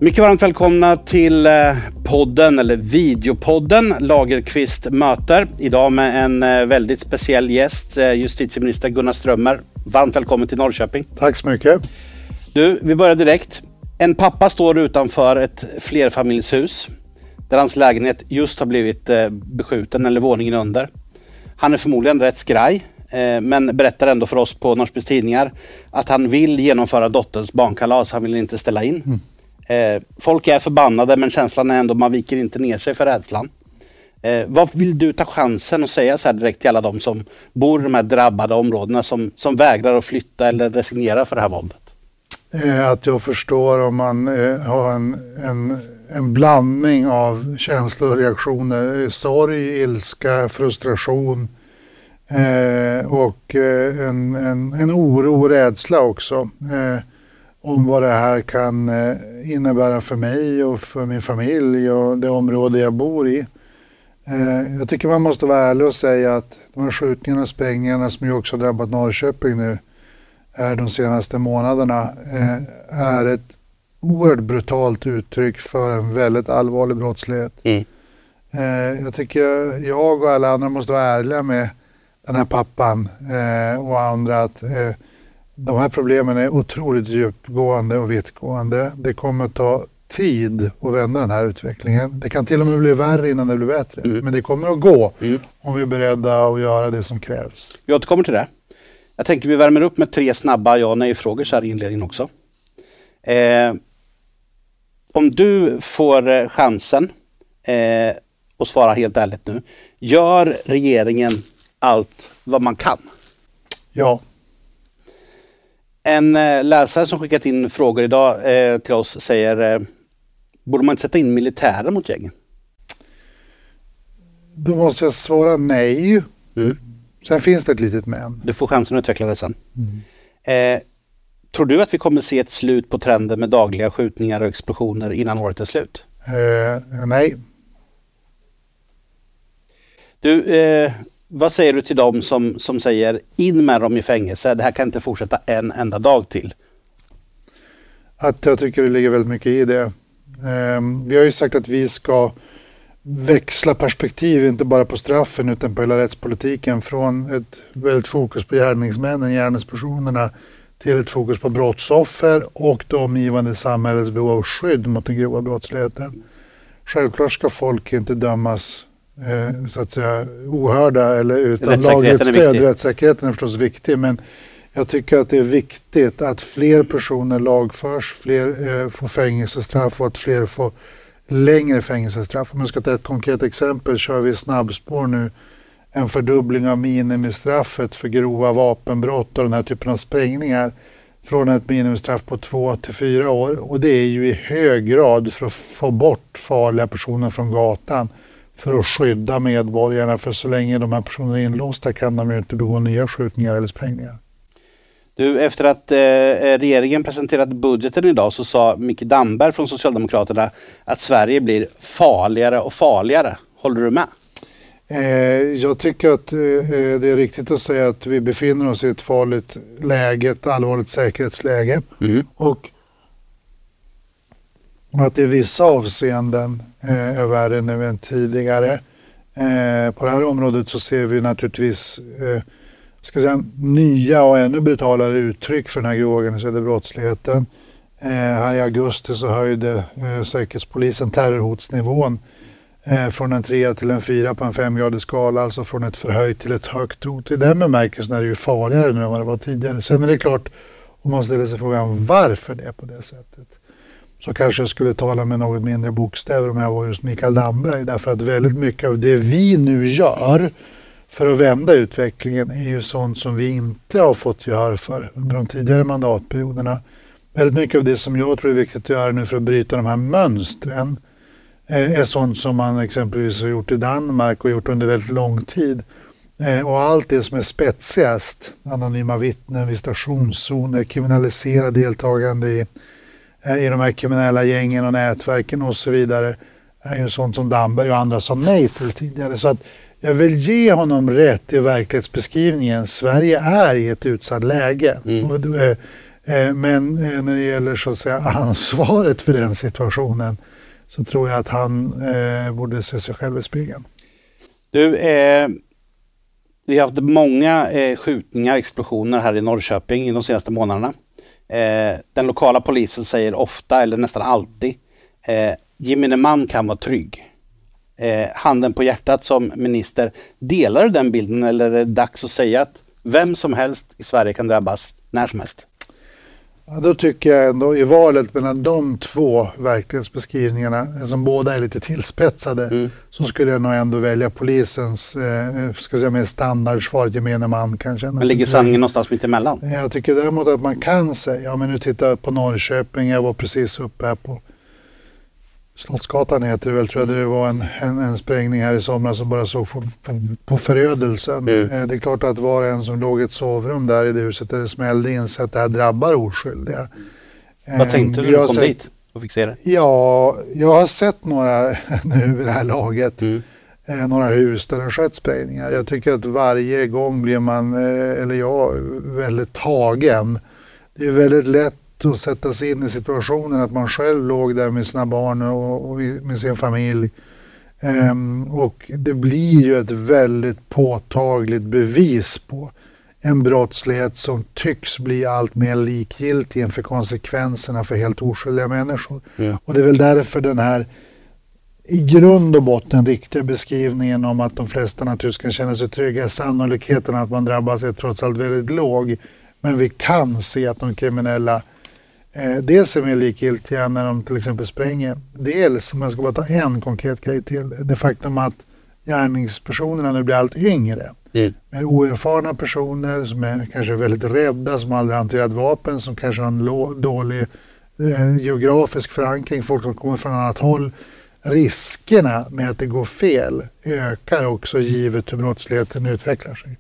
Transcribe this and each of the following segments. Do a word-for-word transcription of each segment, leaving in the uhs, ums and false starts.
Mycket varmt välkomna till podden eller videopodden Lagerqvist möter. Idag med en väldigt speciell gäst, justitieminister Gunnar Strömmer. Varmt välkommen till Norrköping. Tack så mycket. Du, vi börjar direkt. En pappa står utanför ett flerfamiljshus där hans lägenhet just har blivit beskjuten eller våningen under. Han är förmodligen rätt skraj, men berättar ändå för oss på Norrköpings Tidningar att han vill genomföra dotterns barnkalas. Han vill inte ställa in. Mm. Eh, folk är förbannade, men känslan är ändå man viker inte ner sig för rädslan. Eh, vad vill du ta chansen och säga så här direkt till alla de som bor i de här drabbade områdena som, som vägrar att flytta eller resignera för det här våldet? Eh, att jag förstår om man eh, har en, en, en blandning av känslor och reaktioner. Sorg, ilska, frustration eh, och eh, en, en, en oro och rädsla också. Eh, om vad det här kan innebära för mig och för min familj och det område jag bor i. Jag tycker man måste vara ärlig och säga att de här skjutningarna och sprängningarna som ju också drabbat Norrköping nu är de senaste månaderna är ett oerhört brutalt uttryck för en väldigt allvarlig brottslighet. Mm. Jag tycker jag och alla andra måste vara ärliga med den här pappan och andra att de här problemen är otroligt djupgående och vittgående. Det kommer att ta tid att vända den här utvecklingen. Det kan till och med bli värre innan det blir bättre. Mm. Men det kommer att gå mm. om vi är beredda att göra det som krävs. Vi återkommer till det. Jag tänker vi värmer upp med tre snabba ja- och nej-frågor så här i inledningen också. Eh, om du får chansen eh, och svara helt ärligt nu. Gör regeringen allt vad man kan? Ja. En eh, läsare som skickat in frågor idag eh, till oss säger eh, borde man inte sätta in militärer mot gängen? Då måste jag svara nej. Mm. Sen finns det ett litet men. Du får chansen att utveckla det sen. Mm. Eh, tror du att vi kommer se ett slut på trenden med dagliga skjutningar och explosioner innan året är slut? Eh, nej. Du... Eh, Vad säger du till dem som, som säger in med dem i fängelse? Det här kan inte fortsätta en enda dag till. Att jag tycker det ligger väldigt mycket i det. Eh, vi har ju sagt att vi ska växla perspektiv, inte bara på straffen utan på hela rättspolitiken. Från ett väldigt fokus på gärningsmännen, gärningspersonerna till ett fokus på brottsoffer och det omgivande samhällets behov av skydd mot den grova brottsligheten. Självklart ska folk inte dömas Eh, så att säga ohörda eller utan lagligt stöd. Rättssäkerheten är förstås viktig, men jag tycker att det är viktigt att fler personer lagförs, fler eh, får fängelsestraff och att fler får längre fängelsestraff. Om jag ska ta ett konkret exempel, kör vi snabbspår nu en fördubbling av minimistraffet för grova vapenbrott och den här typen av sprängningar från ett minimistraff på två till fyra år, och det är ju i hög grad för att få bort farliga personer från gatan, för att skydda medborgarna, för så länge de här personerna är inlåsta kan de ju inte begå nya skjutningar eller sprängningar. Du, efter att eh, regeringen presenterade budgeten idag så sa Micke Damberg från Socialdemokraterna att Sverige blir farligare och farligare. Håller du med? Eh, jag tycker att eh, det är riktigt att säga att vi befinner oss i ett farligt läge, ett allvarligt säkerhetsläge. Mm. Och att i vissa avseenden eh, är värre än tidigare. Eh, på det här området så ser vi naturligtvis eh, ska säga, nya och ännu brutalare uttryck för den här grova organiserade brottsligheten. Eh, här i augusti så höjde eh, Säkerhetspolisen terrorhotsnivån eh, från en trea till en fyra på en femgradig skala, alltså från ett förhöjt till ett högt hot. I den bemärkelsen är det ju farligare nu än vad det var tidigare. Sen är det klart, om man ställer sig frågan varför det är på det sättet, så kanske jag skulle tala med något mindre bokstäver om jag var just Mikael Damberg. Därför att väldigt mycket av det vi nu gör för att vända utvecklingen är ju sånt som vi inte har fått göra för under de tidigare mandatperioderna. Väldigt mycket av det som jag tror är viktigt att göra nu för att bryta de här mönstren är sånt som man exempelvis har gjort i Danmark och gjort under väldigt lång tid. Och allt det som är spetsigast, anonyma vittnen, visitationszoner, kriminalisera deltagande i i de här kriminella gängen och nätverken och så vidare, är ju sånt som Damberg och andra sa nej till tidigare. Så att jag vill ge honom rätt i verklighetsbeskrivningen. Sverige är i ett utsatt läge. Mm. Och, Eh, men eh, när det gäller så att säga ansvaret för den situationen så tror jag att han eh, borde se sig själv i spegeln. Du, eh, vi har haft många eh, skjutningar, explosioner här i Norrköping de senaste månaderna. Eh, den lokala polisen säger ofta, eller nästan alltid, eh, gemene man kan vara trygg. Eh, handen på hjärtat som minister, delar du den bilden eller är det dags att säga att vem som helst i Sverige kan drabbas när som helst? Ja, då tycker jag ändå i valet mellan de två verklighetsbeskrivningarna som båda är lite tillspetsade mm. så skulle jag nog ändå välja polisens eh, ska säga mer standardsvar, gemene man kanske. Men ligger sanningen någonstans mitt emellan? Jag tycker däremot att man kan säga, ja men nu tittar jag på Norrköping, jag var precis uppe här på Slottsgatan heter det väl, tror jag det var en, en, en sprängning här i somras som bara såg på, på, på förödelsen. Mm. Eh, det är klart att var och en som låg i ett sovrum där i det huset där det smällde in så att det här drabbar oskyldiga. Eh, Vad tänkte du när du kom sett, dit och fick se det? Ja, jag har sett några nu vid det här laget. Mm. Eh, några hus där det har skett sprängningar. Jag tycker att varje gång blir man, eh, eller jag, väldigt tagen. Det är väldigt lätt att sätta sig in i situationen att man själv låg där med sina barn och, och med sin familj. Um, och det blir ju ett väldigt påtagligt bevis på en brottslighet som tycks bli allt mer likgiltig inför konsekvenserna för helt oskyldiga människor. Mm. Och det är väl därför den här i grund och botten riktiga beskrivningen om att de flesta naturligtvis kan känna sig trygga, sannolikheten att man drabbas är trots allt väldigt låg. Men vi kan se att de kriminella Eh, dels är mer likgiltiga när de till exempel spränger. Dels, om jag ska bara ta en konkret grej till, det faktum att gärningspersonerna nu blir allt yngre. Mm. Med oerfarna personer som är kanske väldigt rädda, som aldrig hanterat vapen, som kanske har en lo- dålig eh, geografisk förankring, folk som kommer från annat håll. Riskerna med att det går fel ökar också givet hur brottsligheten utvecklar sig.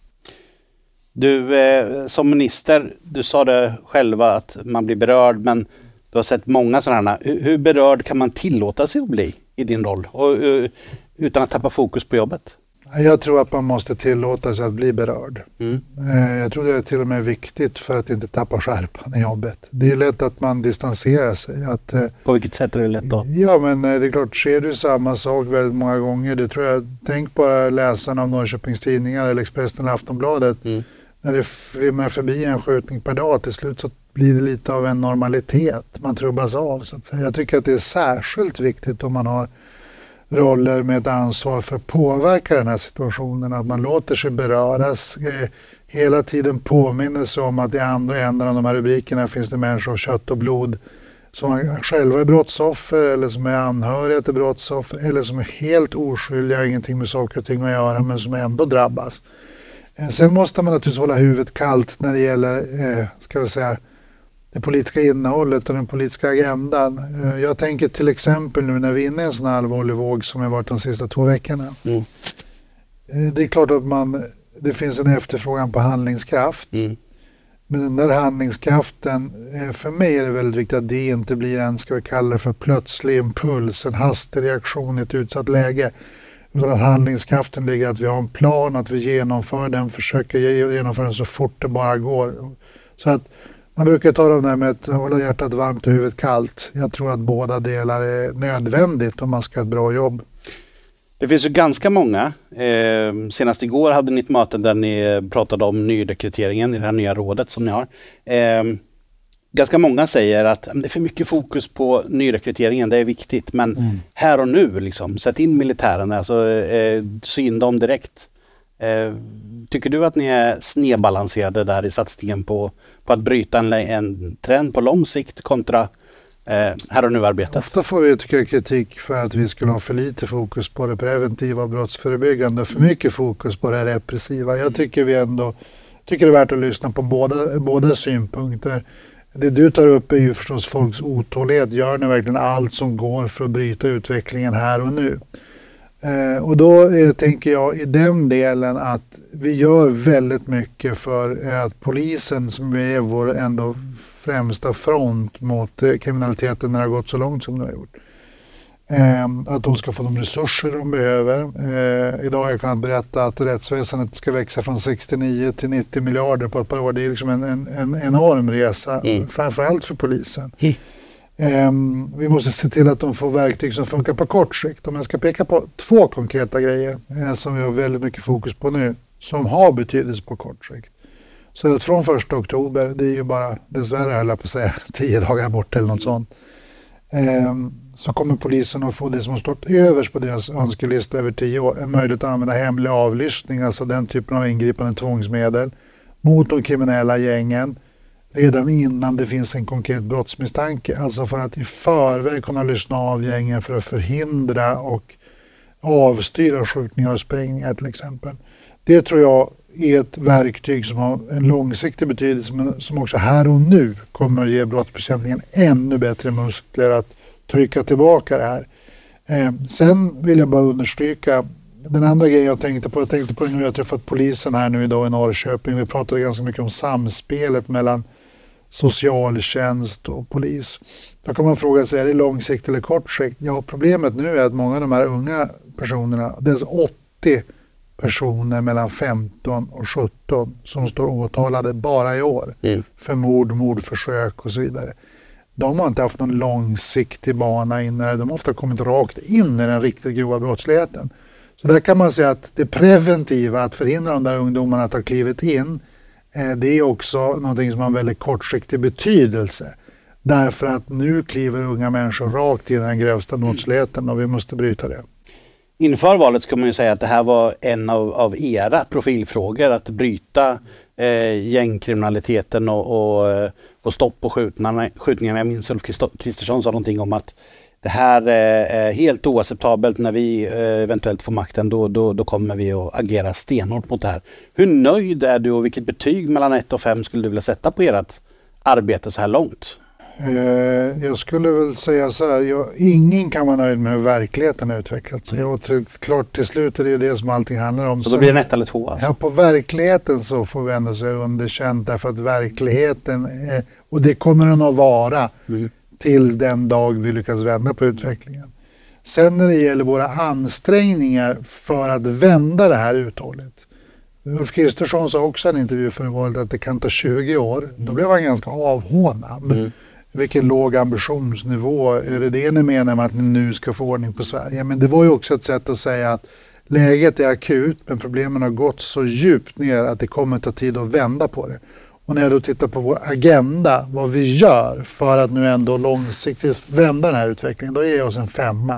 Du eh, som minister, du sa det själva att man blir berörd, men du har sett många sådana. Hur, hur berörd kan man tillåta sig att bli i din roll och, uh, utan att tappa fokus på jobbet? Jag tror att man måste tillåta sig att bli berörd. Mm. Eh, jag tror det är till och med viktigt för att inte tappa skärpan i jobbet. Det är lätt att man distanserar sig. Att, eh, på vilket sätt är det lätt då? Ja, men eh, det är klart, ser du samma sak väldigt många gånger. Det tror jag, tänk bara läsarna av Norrköpings tidningar eller Expressen eller Aftonbladet. Mm. När det flimrar förbi en skjutning per dag, till slut så blir det lite av en normalitet. Man trubbas av, så att säga. Jag tycker att det är särskilt viktigt om man har roller med ett ansvar för att påverka den här situationen. Att man låter sig beröras. Eh, hela tiden påminner sig om att i andra änden av de här rubrikerna finns det människor av kött och blod som själva är brottsoffer eller som är anhöriga till brottsoffer eller som är helt oskyldiga och ingenting med saker och ting att göra men som ändå drabbas. Sen måste man naturligtvis hålla huvudet kallt när det gäller eh, ska vi säga, det politiska innehållet och den politiska agendan. Eh, jag tänker till exempel nu när vi är inne i en sån här allvarlig våg som har varit de sista två veckorna. Mm. Eh, det är klart att man, det finns en efterfrågan på handlingskraft. Mm. Men den där handlingskraften, eh, för mig är det väldigt viktigt att det inte blir en, ska vi kalla det för plötslig impuls, en hastig reaktion i ett utsatt läge. Utan att handlingskraften ligger att vi har en plan, att vi genomför den, försöker genomföra den så fort det bara går. Så att man brukar ta de där med att hålla hjärtat varmt och huvudet kallt. Jag tror att båda delar är nödvändigt om man ska ha ett bra jobb. Det finns ju ganska många. Eh, senast igår hade ni ett möte där ni pratade om nyrekryteringen i det här nya rådet som ni har. Eh, Ganska många säger att det är för mycket fokus på nyrekryteringen, det är viktigt. Men mm. här och nu, liksom, sätt in militären, alltså, eh, syn dem direkt. Eh, tycker du att ni är snedbalanserade där i satsningen på, på att bryta en, en trend på lång sikt kontra eh, här och nu-arbetet? Ofta får vi tycker, kritik för att vi skulle ha för lite fokus på det preventiva och brottsförebyggande och för mycket fokus på det repressiva. Jag tycker vi ändå tycker det är värt att lyssna på båda, båda synpunkter. Det du tar upp är ju förstås folks otålighet. Gör ni verkligen allt som går för att bryta utvecklingen här och nu? Eh, och då eh, tänker jag i den delen att vi gör väldigt mycket för eh, att polisen, som är vår ändå främsta front mot eh, kriminaliteten när det har gått så långt som det har gjort. Eh, att de ska få de resurser de behöver. Eh, idag har jag kunnat berätta att rättsväsendet ska växa från sextionio till nittio miljarder på ett par år. Det är liksom en, en, en enorm resa, mm. framförallt för polisen. Mm. Eh, vi måste se till att de får verktyg som funkar på kort sikt. Om jag ska peka på två konkreta grejer eh, som vi har väldigt mycket fokus på nu, som har betydelse på kort sikt. Så att från första oktober, det är ju bara dessvärre höll jag på att säga tio dagar bort eller något sånt. Eh, så kommer polisen att få det som har stått överst på deras önskelista över tio år. En möjlighet att använda hemlig avlyssning, alltså den typen av ingripande tvångsmedel mot de kriminella gängen redan innan det finns en konkret brottsmisstanke. Alltså för att i förväg kunna lyssna av gängen för att förhindra och avstyra skjutningar och sprängningar till exempel. Det tror jag är ett verktyg som har en långsiktig betydelse men som också här och nu kommer att ge brottsbekämpningen ännu bättre muskler att trycka tillbaka det här. Eh, sen vill jag bara understryka den andra grejen jag tänkte på. Jag tänkte på det nu, jag har träffat polisen här nu idag i Norrköping. Vi pratade ganska mycket om samspelet mellan socialtjänst och polis. Då kan man fråga sig, är det lång sikt eller kort sikt? Ja, problemet nu är att många av de här unga personerna, det är åttio personer mellan femton och sjutton som står åtalade bara i år mm. för mord, mordförsök och så vidare. De har inte haft någon långsiktig bana in där. De har ofta kommit rakt in i den riktigt grova brottsligheten. Så där kan man säga att det preventiva, att förhindra de där ungdomarna att ha klivit in, eh, det är också någonting som har en väldigt kortsiktig betydelse. Därför att nu kliver unga människor rakt in i den grövsta brottsligheten och vi måste bryta det. Inför valet ska man ju säga att det här var en av, av era profilfrågor, att bryta eh, gängkriminaliteten och, och, och stopp på skjutningarna. skjutningarna. Jag minns Ulf Kristersson sa någonting om att det här är helt oacceptabelt. När vi eh, eventuellt får makten, då, då, då kommer vi att agera stenhårt mot det här. Hur nöjd är du och vilket betyg mellan ett och fem skulle du vilja sätta på ert arbete så här långt? Jag skulle väl säga så här, jag, ingen kan vara nöjd med hur verkligheten har utvecklats. Så jag tror klart till slut är det det som allting handlar om. Så då blir det ett eller två alltså? Ja, på verkligheten så får vi ändå säga underkänt därför att verkligheten, är, och det kommer den att vara mm. till den dag vi lyckas vända på utvecklingen. Sen när det gäller våra ansträngningar för att vända det här uthålligt. Ulf Kristersson sa också i en intervju för valet att det kan ta tjugo år. Då blev han ganska avhånad. Mm. Vilken låg ambitionsnivå, är det det ni menar med att ni nu ska få ordning på Sverige? Men det var ju också ett sätt att säga att läget är akut men problemen har gått så djupt ner att det kommer ta tid att vända på det. Och när jag då tittar på vår agenda, vad vi gör för att nu ändå långsiktigt vända den här utvecklingen, då är jag oss en femma.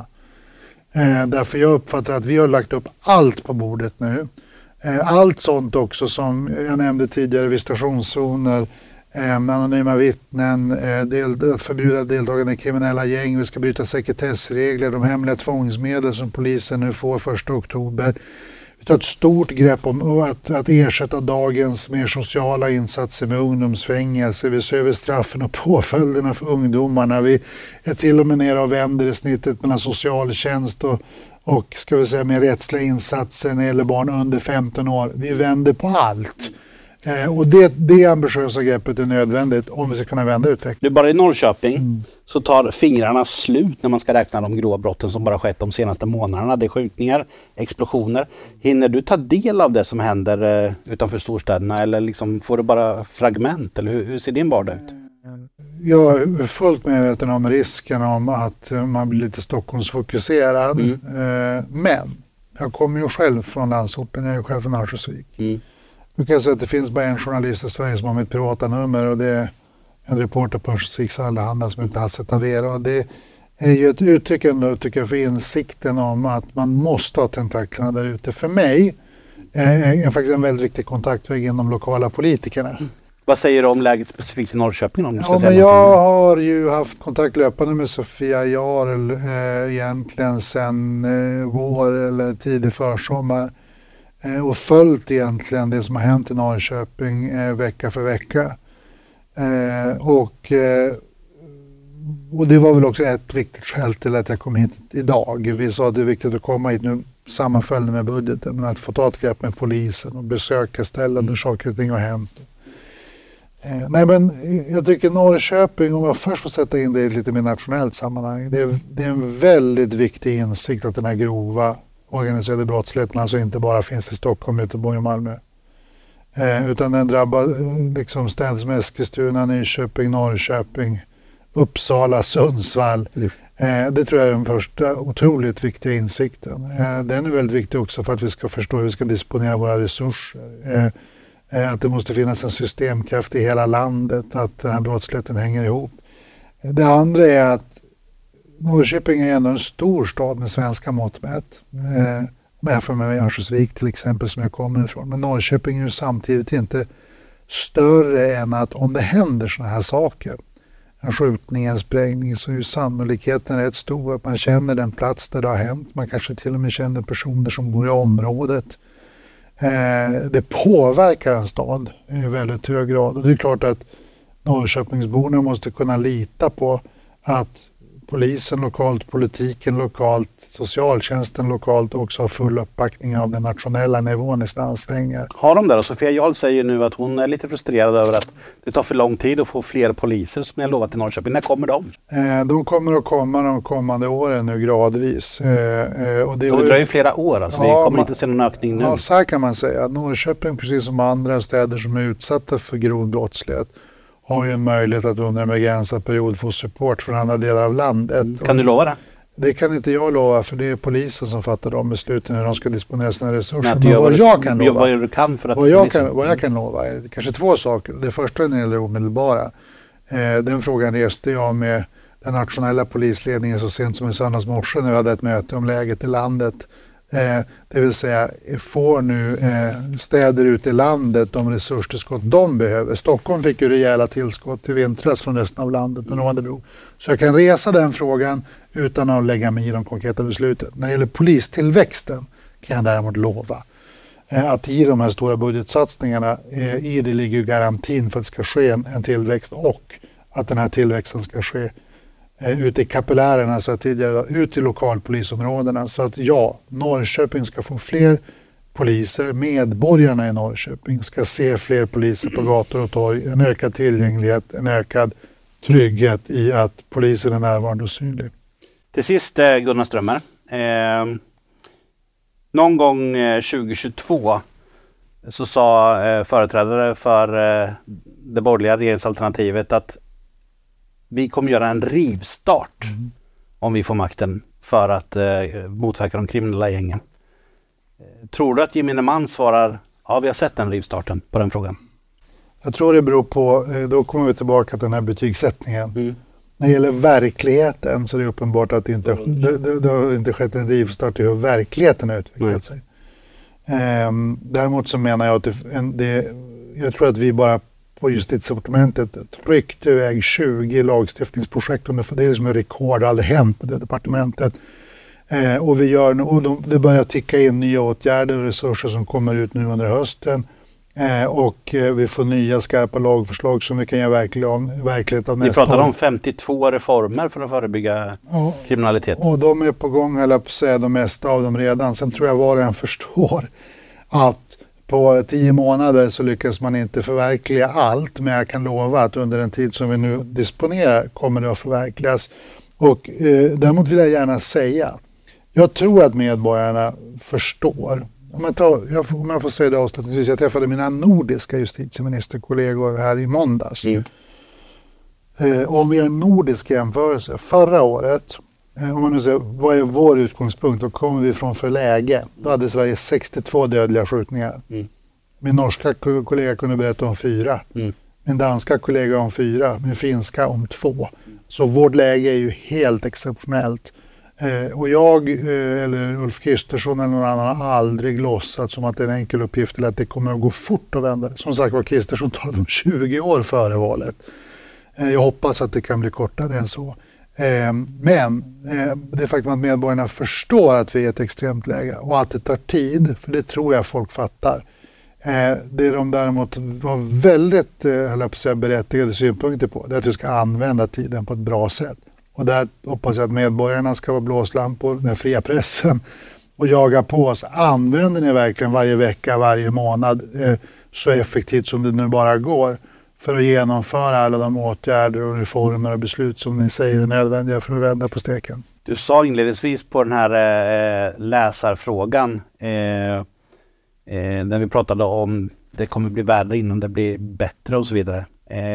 Eh, därför jag uppfattar att vi har lagt upp allt på bordet nu. Eh, allt sånt också som jag nämnde tidigare, visitationszoner, Eh, anonyma vittnen, eh, del, förbjuda deltagande i kriminella gäng, vi ska bryta sekretessregler, de hemliga tvångsmedel som polisen nu får första oktober. Vi tar ett stort grepp om att, att ersätta dagens mer sociala insatser med ungdomsfängelse. Vi ser över straffen och påföljderna för ungdomarna. Vi är till och med nere och vänder i snittet mellan socialtjänst och, och ska vi säga, mer rättsliga insatser när det gäller barn under femton år. Vi vänder på allt. Eh, och det, det ambitiösa greppet är nödvändigt om vi ska kunna vända utvecklingen. Du, bara i Norrköping mm. så tar fingrarna slut när man ska räkna de grova brotten som bara skett de senaste månaderna. Det är skjutningar, explosioner. Hinner du ta del av det som händer eh, utanför storstäderna eller liksom får du bara fragment? Eller hur, hur ser din vardag ut? Jag är fullt medveten om risken om att man blir lite Stockholmsfokuserad. Mm. Eh, men jag kommer ju själv från landsorten, jag är ju själv från Örnsköldsvik. Mm. Nu kan jag säga att det finns bara en journalist i Sverige som har mitt privata nummer och det är en reporter på Örnsköldsviks Allehanda som inte alls etablerar. Det är ju ett uttryck ändå, tycker jag, för insikten om att man måste ha tentaklerna där ute. För mig är faktiskt en väldigt viktig kontaktväg inom de lokala politikerna. Mm. Vad säger du om läget specifikt i Norrköping? Om du ska ja, säga men jag har ju haft kontakt löpande med Sofia Jarl eh, egentligen sedan eh, vår eller tidig försommar. Och följt egentligen det som har hänt i Norrköping eh, vecka för vecka. Eh, och, eh, och det var väl också ett viktigt skäl till att jag kom hit idag. Vi sa att det är viktigt att komma hit nu sammanföljande med budgeten, men att få ta ett grepp med polisen och besöka ställen där saker och ting har hänt. Eh, nej men jag tycker Norrköping, om jag först får sätta in det i ett lite mer nationellt sammanhang, det är, det är en väldigt viktig insikt att den här grova organiserade brottsligheten alltså inte bara finns i Stockholm, Göteborg och Malmö. Eh, utan den drabbar liksom städer som Eskilstuna, Nyköping, Norrköping, Uppsala, Sundsvall. Mm. Eh, det tror jag är den första otroligt viktiga insikten. Eh, den är väldigt viktig också för att vi ska förstå hur vi ska disponera våra resurser. Eh, eh, att det måste finnas en systemkraft i hela landet, att den här brottsligheten hänger ihop. Eh, det andra är att Norrköping är ändå en stor stad med svenska mått mätt. Eh, Jämfört med Örnsköldsvik till exempel som jag kommer ifrån. Men Norrköping är ju samtidigt inte större än att om det händer såna här saker, en skjutning, en sprängning, så är ju sannolikheten rätt stor att man känner den plats där det har hänt. Man kanske till och med känner personer som bor i området. Eh, det påverkar en stad i väldigt hög grad. Och det är klart att Norrköpingsborna måste kunna lita på att polisen lokalt, politiken lokalt, socialtjänsten lokalt också har full uppbackning av den nationella nivån i sina ansträngningar. Har de där? Och Sofia Jarl säger nu att hon är lite frustrerad över att det tar för lång tid att få fler poliser som jag lovat i Norrköping. När kommer de? Eh, de kommer att komma de kommande åren nu gradvis. Eh, och det, och det dröjer flera år, alltså ja, vi kommer man, inte se någon ökning nu. Ja, så här kan man säga. Norrköping, precis som andra städer som är utsatta för grov brottslighet, har ju en möjlighet att under en begränsad period få support från andra delar av landet. Kan du lova det? Det kan inte jag lova, för det är polisen som fattar de besluten hur de ska disponera sina resurser. Nej, men vad jag kan lova, vad du kan för att vad, jag kan, vad jag kan lova är kanske två saker. Det första när det gäller omedelbara. Eh, den frågan reste jag med den nationella polisledningen så sent som i söndags morse när vi hade ett möte om läget i landet. Eh, det vill säga, får nu eh, städer ute i landet de resurstillskott de behöver. Stockholm fick ju rejäla tillskott till vintras från resten av landet när de hade behov. Så jag kan resa den frågan utan att lägga mig i de konkreta besluten. När det gäller polistillväxten kan jag däremot lova eh, att i de här stora budgetsatsningarna eh, i det ligger ju garantin för att det ska ske en, en tillväxt och att den här tillväxten ska ske ute i kapillärerna, så att tidigare ut i lokalpolisområdena, så att ja, Norrköping ska få fler poliser, medborgarna i Norrköping ska se fler poliser på gator och torg, en ökad tillgänglighet, en ökad trygghet i att polisen är närvarande och synlig. Till sist Gunnar Strömmer, eh, någon gång tjugohundratjugotvå så sa eh, företrädare för eh, det borgerliga regeringsalternativet att vi kommer göra en rivstart mm. om vi får makten för att eh, motverka de kriminella gängen. Eh, tror du att gemene man svarar, ja vi har sett den rivstarten på den frågan? Jag tror det beror på, eh, då kommer vi tillbaka till den här betygssättningen. Mm. När det gäller verkligheten så är det uppenbart att det inte, det, det, det har inte skett en rivstart i hur verkligheten har utvecklat mm. sig. Eh, däremot så menar jag att det, en, det, jag tror att vi bara på Justitiedepartementet tryckte iväg tjugo lagstiftningsprojekt under, för det är liksom en rekord, det har aldrig hänt på det departementet. Eh, och vi gör nu, och de, det börjar ticka in nya åtgärder och resurser som kommer ut nu under hösten. Eh, och eh, vi får nya skarpa lagförslag som vi kan göra verklig om, verklighet av nästa år. Vi pratar om femtiotvå reformer för att förebygga ja, kriminalitet. Och de är på gång, eller på att säga, de mesta av dem redan. Sen tror jag var och en förstår att på tio månader så lyckas man inte förverkliga allt, men jag kan lova att under den tid som vi nu disponerar kommer det att förverkligas. Och eh, däremot vill jag gärna säga, jag tror att medborgarna förstår. Om jag, tar, jag, får, om jag får säga det avslutningsvis, jag träffade mina nordiska justitieministerkollegor här i måndags. Mm. Eh, om vi gör en nordisk jämförelse, förra året, eh, om man nu säger vad är vår utgångspunkt, då kommer vi från för läge. Då hade Sverige sextiotvå dödliga skjutningar. Mm. Min norska kollega kunde berätta om fyra. Mm. Min danska kollega om fyra. Min finska om två. Mm. Så vårt läge är ju helt exceptionellt. Eh, och jag eh, eller Ulf Kristersson eller någon annan har aldrig låtsat som att det är en enkel uppgift eller att det kommer att gå fort att vända. Som sagt var, Kristersson talade om tjugo år före valet. Eh, jag hoppas att det kan bli kortare än så. Eh, men eh, det faktum att medborgarna förstår att vi är i ett extremt läge och att det tar tid, för det tror jag folk fattar. Eh, det de däremot var väldigt eh, höll jag på att säga, berättigade synpunkter på, det är att vi ska använda tiden på ett bra sätt. Och där hoppas jag att medborgarna ska vara blåslampor, den fria pressen, och jaga på oss. Använder ni verkligen varje vecka, varje månad eh, så effektivt som det nu bara går för att genomföra alla de åtgärder och reformer och beslut som ni säger är nödvändiga för att vända på steken. Du sa inledningsvis på den här eh, läsarfrågan eh, eh, när vi pratade om det kommer bli värre innan det blir bättre och så vidare.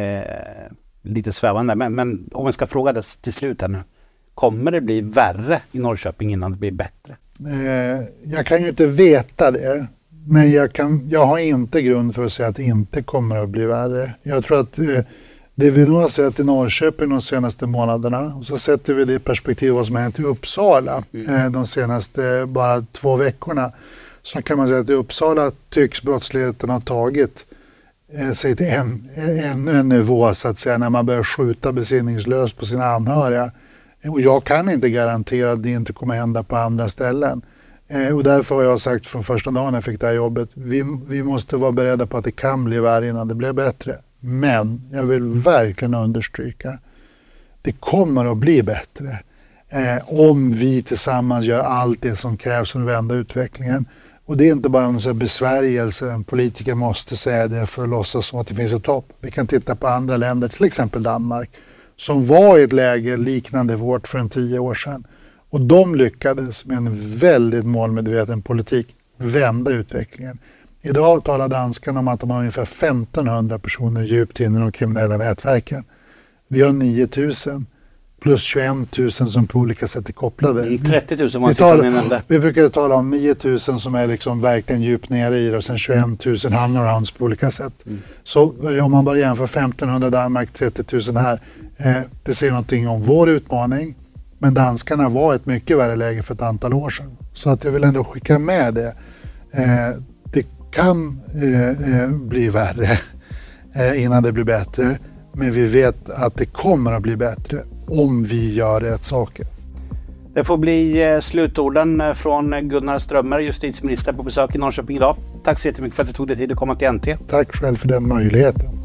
Eh, lite svävande, men, men om vi ska fråga det till slut här nu. Kommer det bli värre i Norrköping innan det blir bättre? Eh, jag kan ju inte veta det, men jag, kan, jag har inte grund för att säga att det inte kommer att bli värre. Jag tror att eh, det vi nu har sett i Norrköping de senaste månaderna, och så sätter vi det i perspektiv vad som har hänt i Uppsala mm. eh, de senaste bara två veckorna, så kan man säga att i Uppsala tycks brottsligheten ha tagit eh, sig till en, ännu en nivå så att säga, när man börjar skjuta besinningslöst på sina anhöriga. Och jag kan inte garantera att det inte kommer hända på andra ställen. Eh, och därför har jag sagt från första dagen jag fick det här jobbet, vi, vi måste vara beredda på att det kan bli värre innan det blir bättre. Men jag vill verkligen understryka, det kommer att bli bättre eh, om vi tillsammans gör allt det som krävs för att vända utvecklingen. Och det är inte bara en sån här besvärjelse, en politiker måste säga det för att låtsas som att det finns ett topp. Vi kan titta på andra länder, till exempel Danmark, som var i ett läge liknande vårt för en tio år sedan. Och de lyckades med en väldigt målmedveten politik vända utvecklingen. Idag talar danskarna om att de har ungefär femtonhundra personer djupt inne i de kriminella nätverken. Vi har nio tusen plus tjugoett tusen som på olika sätt är kopplade. trettio tusen var vi, talar, vi brukar tala om nio tusen som är liksom verkligen djupt nere i det och sen tjugoett tusen hangarounds på olika sätt. Mm. Så om man bara jämför femtonhundra Danmark, trettio tusen här, eh, det säger någonting om vår utmaning. Men danskarna var ett mycket värre läge för ett antal år sedan. Så att jag vill ändå skicka med det. Eh, det kan eh, eh, bli värre eh, innan det blir bättre. Men vi vet att det kommer att bli bättre om vi gör rätt saker. Det får bli eh, slutorden från Gunnar Strömmer, justitieminister, på besök i Norrköping idag. Tack så jättemycket för att du tog dig tid att komma till N T. Tack själv för den möjligheten.